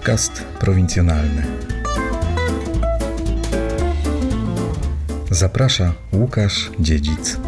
Podcast prowincjonalny. Zaprasza Łukasz Dziedzic.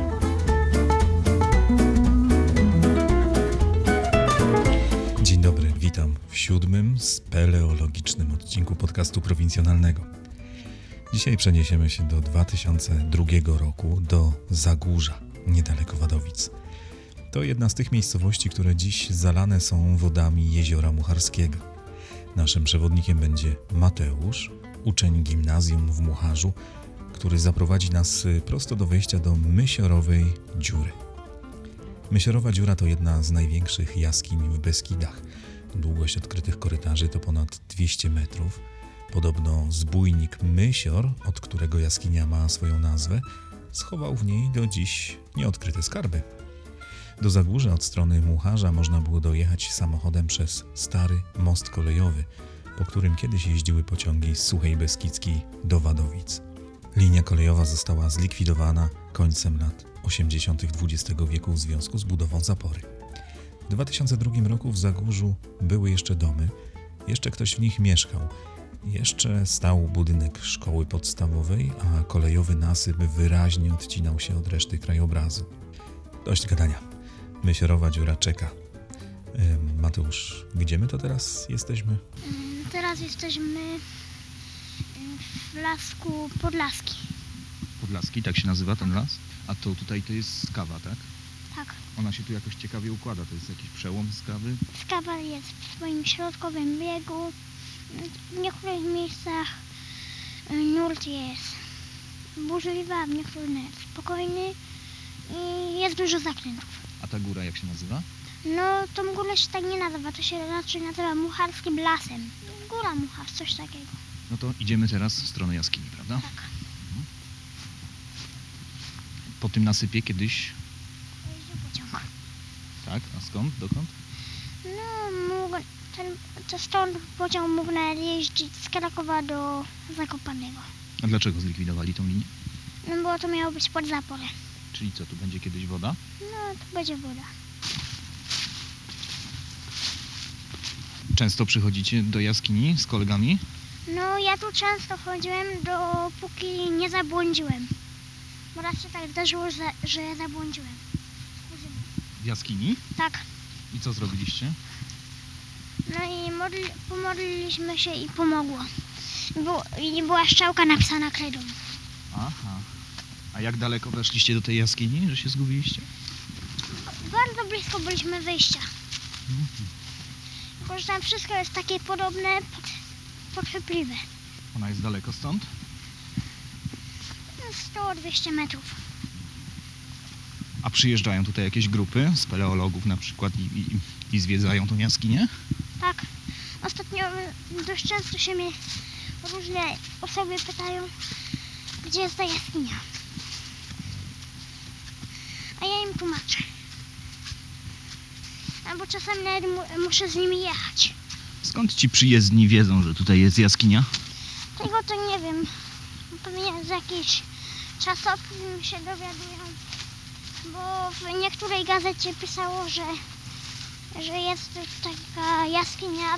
Dzień dobry, witam w 7. speleologicznym odcinku podcastu prowincjonalnego. Dzisiaj przeniesiemy się do 2002 roku, do Zagórza, niedaleko Wadowic. To jedna z tych miejscowości, które dziś zalane są wodami Jeziora Mucharskiego. Naszym przewodnikiem będzie Mateusz, uczeń gimnazjum w Mucharzu, który zaprowadzi nas prosto do wejścia do Mysiorowej Dziury. Mysiorowa Dziura to jedna z największych jaskiń w Beskidach. Długość odkrytych korytarzy to ponad 200 metrów. Podobno zbójnik Mysior, od którego jaskinia ma swoją nazwę, schował w niej do dziś nieodkryte skarby. Do Zagórza od strony Mucharza można było dojechać samochodem przez stary most kolejowy, po którym kiedyś jeździły pociągi z Suchej Beskidzkiej do Wadowic. Linia kolejowa została zlikwidowana końcem lat 80. XX wieku w związku z budową zapory. W 2002 roku w Zagórzu były jeszcze domy, jeszcze ktoś w nich mieszkał. Jeszcze stał budynek szkoły podstawowej, a kolejowy nasyp wyraźnie odcinał się od reszty krajobrazu. Dość gadania. Mysiorowa Dziura czeka. Mateusz, gdzie my to teraz jesteśmy? Teraz jesteśmy w Lasku Podlaski. Podlaski, tak się nazywa ten las? A to tutaj to jest skawa, tak? Tak. Ona się tu jakoś ciekawie układa, to jest jakiś przełom skawy? Skawa jest w swoim środkowym biegu. W niektórych miejscach nurt jest burzliwy, a w niektórych spokojny i jest dużo zakrętów. A ta góra jak się nazywa? No, tą górę się tak nie nazywa, to się raczej nazywa Mucharskim Lasem. Góra Mucharz, coś takiego. No to idziemy teraz w stronę jaskini, prawda? Tak. Po tym nasypie kiedyś, Jeździł pociąg. tak? A skąd? Dokąd? No, to stąd pociąg mógł nawet jeździć z Krakowa do Zakopanego. A dlaczego zlikwidowali tą linię? No, bo to miało być pod zaporę. Czyli co, tu będzie kiedyś woda? No, to będzie woda. Często przychodzicie do jaskini z kolegami? No, ja tu często chodziłem, dopóki nie zabłądziłem. Bo raz się tak zdarzyło, że zabłądziłem. Z kuzynem. W jaskini? Tak. I co zrobiliście? No i pomodliliśmy się i pomogło. I była strzałka napisana kredą. Aha. A jak daleko weszliście do tej jaskini, że się zgubiliście? Bardzo blisko byliśmy wyjścia. Tylko że tam wszystko jest takie podobne, podchwytliwe. Ona jest daleko stąd? 100-200 metrów. A przyjeżdżają tutaj jakieś grupy speleologów na przykład i zwiedzają tą jaskinię? Tak. Ostatnio dość często się mnie różne osoby pytają, gdzie jest ta jaskinia. A ja im tłumaczę. Albo czasami nawet muszę z nimi jechać. Skąd ci przyjezdni wiedzą, że tutaj jest jaskinia? Tego to nie wiem. Pewnie z jakichś czasopism się dowiadują. Bo w niektórej gazecie pisało, że jest taka jaskinia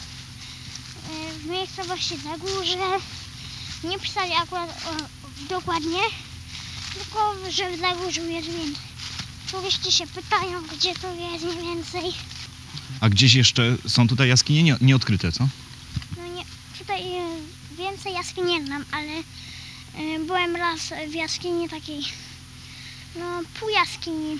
w miejscowości Zagórze. Nie pisali akurat dokładnie, tylko że w Zagórzu jest więcej. Turyści się pytają, gdzie to jest mniej więcej. A gdzieś jeszcze są tutaj jaskinie nieodkryte, co? No nie, tutaj więcej jaskiń nie znam, ale byłem raz w jaskini takiej, no pół jaskini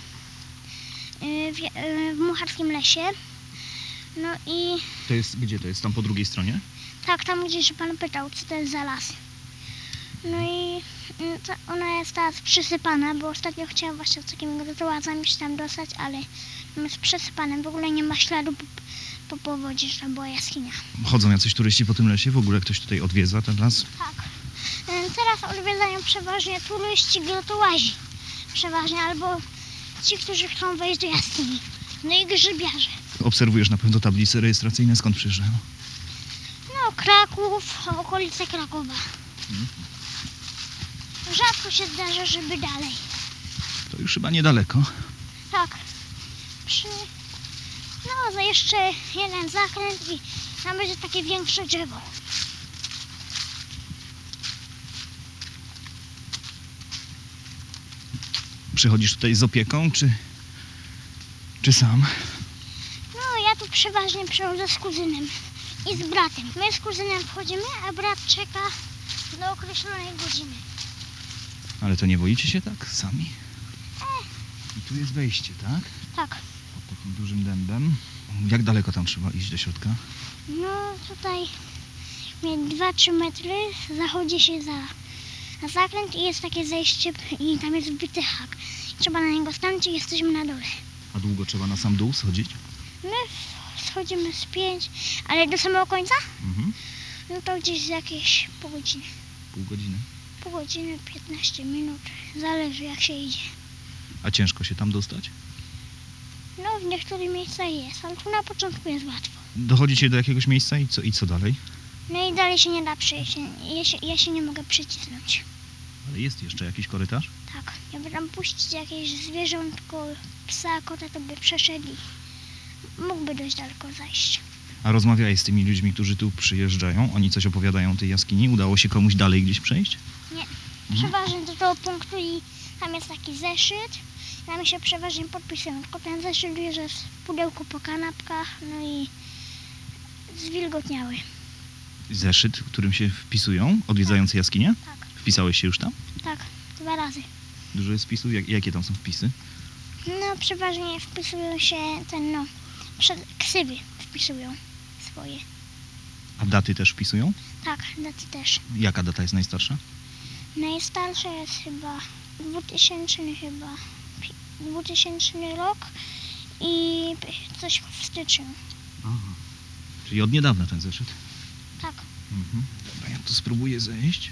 w Mucharskim Lesie. No i To jest, gdzie to jest? Tam po drugiej stronie? tak, tam gdzieś pan pytał, co to jest za las. No i ona jest teraz przysypana, bo ostatnio chciałam właśnie z takimi grotowazami się tam dostać, ale jest przysypane, w ogóle nie ma śladu po powodzi, że tam była jaskinia. Chodzą jacyś turyści po tym lesie? W ogóle ktoś tutaj odwiedza ten las? Tak. Teraz odwiedzają przeważnie turyści, grotołazi. Przeważnie, albo ci, którzy chcą wejść do jaskini. No i grzybiarze. Obserwujesz na pewno tablice rejestracyjne, skąd przyjeżdżają? No, Kraków, okolice Krakowa. Rzadko się zdarza, żeby dalej. To już chyba niedaleko. Tak. No, za jeszcze jeden zakręt i Tam będzie takie większe drzewo. Przychodzisz tutaj z opieką, czy sam? No, ja tu przeważnie przychodzę z kuzynem i z bratem. My z kuzynem wchodzimy, a brat czeka do określonej godziny. Ale to nie boicie się tak sami? I tu jest wejście, tak? Tak. Pod takim dużym dębem. Jak daleko tam trzeba iść do środka? No, tutaj 2-3 metry zachodzi się za zakręt i jest takie zejście i tam jest wbity hak. Trzeba na niego stanąć i jesteśmy na dole. A długo trzeba na sam dół schodzić? My schodzimy z 5, ale do samego końca? Mhm. No to gdzieś z jakieś pół godziny. Pół godziny. Pół godziny, 15 minut. Zależy jak się idzie. A ciężko się tam dostać? No, w niektórych miejscach jest, ale tu na początku jest łatwo. Dochodzicie do jakiegoś miejsca i co dalej? No i dalej się nie da przejść. Ja się nie mogę przycisnąć. Ale jest jeszcze jakiś korytarz? Tak, jakby tam puścić jakieś zwierzątko, psa, kota, to by przeszedli. Mógłby dość daleko zajść. A rozmawiałeś z tymi ludźmi, którzy tu przyjeżdżają? Oni coś opowiadają o tej jaskini? Udało się komuś dalej gdzieś przejść? Nie. Przeważnie do tego punktu i tam jest taki zeszyt. Tam się przeważnie podpisują. Tylko ten zeszyt jest w pudełku po kanapkach, no i zwilgotniały. Zeszyt, którym się wpisują odwiedzający jaskinię? Tak, Wpisałeś się już tam? tak, 2 razy. Dużo jest wpisów? Jakie tam są wpisy? No przeważnie wpisują się ksywy wpisują swoje. A daty też wpisują? Tak, daty też. Jaka data jest najstarsza? Najstarsza jest chyba 2000 rok i coś w styczniu. Aha. Czyli od niedawna ten zeszyt? Tak. Mhm. Dobra, ja tu spróbuję zejść.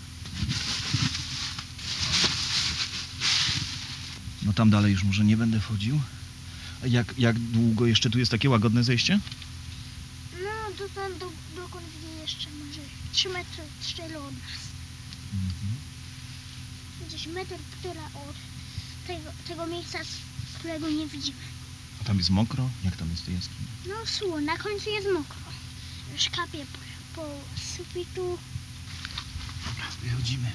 No tam dalej już może nie będę wchodził. A jak długo jeszcze tu jest takie łagodne zejście? No dokąd gdzie jeszcze może 3 metry strzeli od nas. Mhm. Gdzieś metr, która od tego miejsca, z którego nie widzimy. A tam jest mokro? Jak tam jest w tej jaskini? No sło, na końcu jest mokro. Szkapie po sufitu. Dobra, wychodzimy.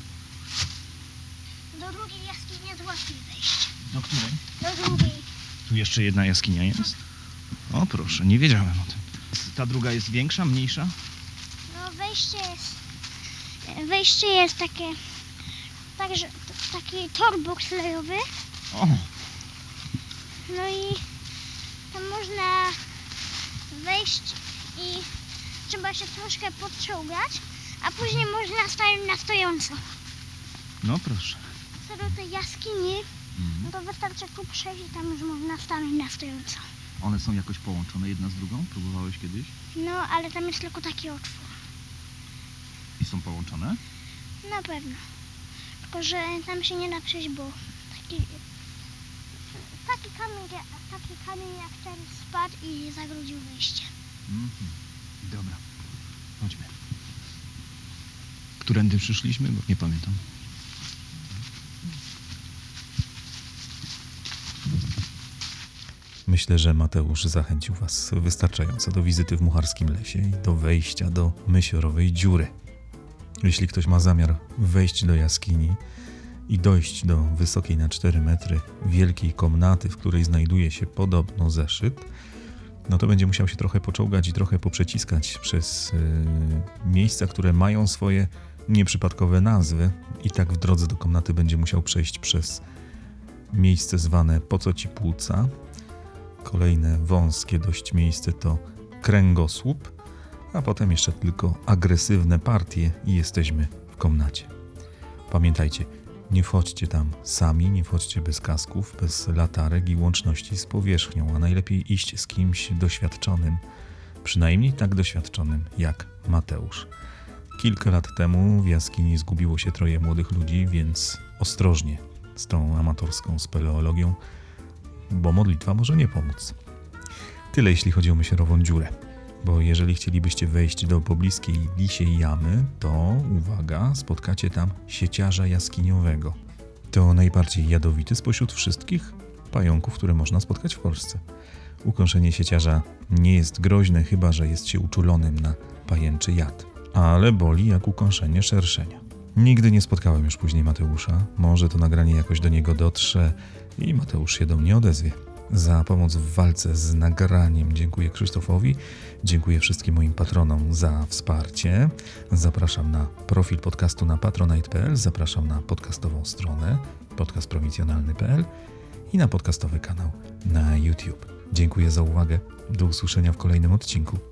Do drugiej jaskini jest łatwiej wejść. Do której? Do drugiej. Tu jeszcze jedna jaskinia jest? O proszę, nie wiedziałem o tym. Ta druga jest większa, mniejsza? No wejście jest taki tor bobslejowy. O, No i tam można wejść i trzeba się troszkę podczołgać, a później można stanąć na stojąco. no proszę. Co do tej jaskini, no to wystarczy tu przejść i tam już można stanąć na stojąco. One są jakoś połączone jedna z drugą? Próbowałeś kiedyś? No, ale tam jest tylko taki otwór. I są połączone? Na pewno. Tylko, że tam się nie da przejść, bo taki kamień jak ten spadł i zagrodził wejście. Mhm. Dobra, chodźmy. Którędy przyszliśmy? Bo nie pamiętam. Myślę, że Mateusz zachęcił Was wystarczająco do wizyty w Mucharskim Lesie i do wejścia do Mysiorowej Dziury. Jeśli ktoś ma zamiar wejść do jaskini i dojść do wysokiej na 4 metry wielkiej komnaty, w której znajduje się podobno zeszyt, no to będzie musiał się trochę poczołgać i trochę poprzeciskać przez miejsca, które mają swoje nieprzypadkowe nazwy i tak w drodze do komnaty będzie musiał przejść przez miejsce zwane Po co ci płuca. Kolejne wąskie dość miejsce to kręgosłup, a potem jeszcze tylko agresywne partie i jesteśmy w komnacie. Pamiętajcie, nie wchodźcie tam sami, nie wchodźcie bez kasków, bez latarek i łączności z powierzchnią, a najlepiej iść z kimś doświadczonym, przynajmniej tak doświadczonym jak Mateusz. Kilka lat temu w jaskini zgubiło się 3 młodych ludzi, więc ostrożnie z tą amatorską speleologią, bo modlitwa może nie pomóc. Tyle jeśli chodzi o Mysiorową Dziurę, bo jeżeli chcielibyście wejść do pobliskiej Lisiej Jamy, to uwaga, spotkacie tam sieciarza jaskiniowego. To najbardziej jadowity spośród wszystkich pająków, które można spotkać w Polsce. Ukąszenie sieciarza nie jest groźne, chyba że jest się uczulonym na pajęczy jad, ale boli jak ukąszenie szerszenia. Nigdy nie spotkałem już później Mateusza. Może to nagranie jakoś do niego dotrze i Mateusz się do mnie odezwie. Za pomoc w walce z nagraniem dziękuję Krzysztofowi, dziękuję wszystkim moim patronom za wsparcie. Zapraszam na profil podcastu na patronite.pl, zapraszam na podcastową stronę podcastprowincjonalny.pl i na podcastowy kanał na YouTube. Dziękuję za uwagę. Do usłyszenia w kolejnym odcinku.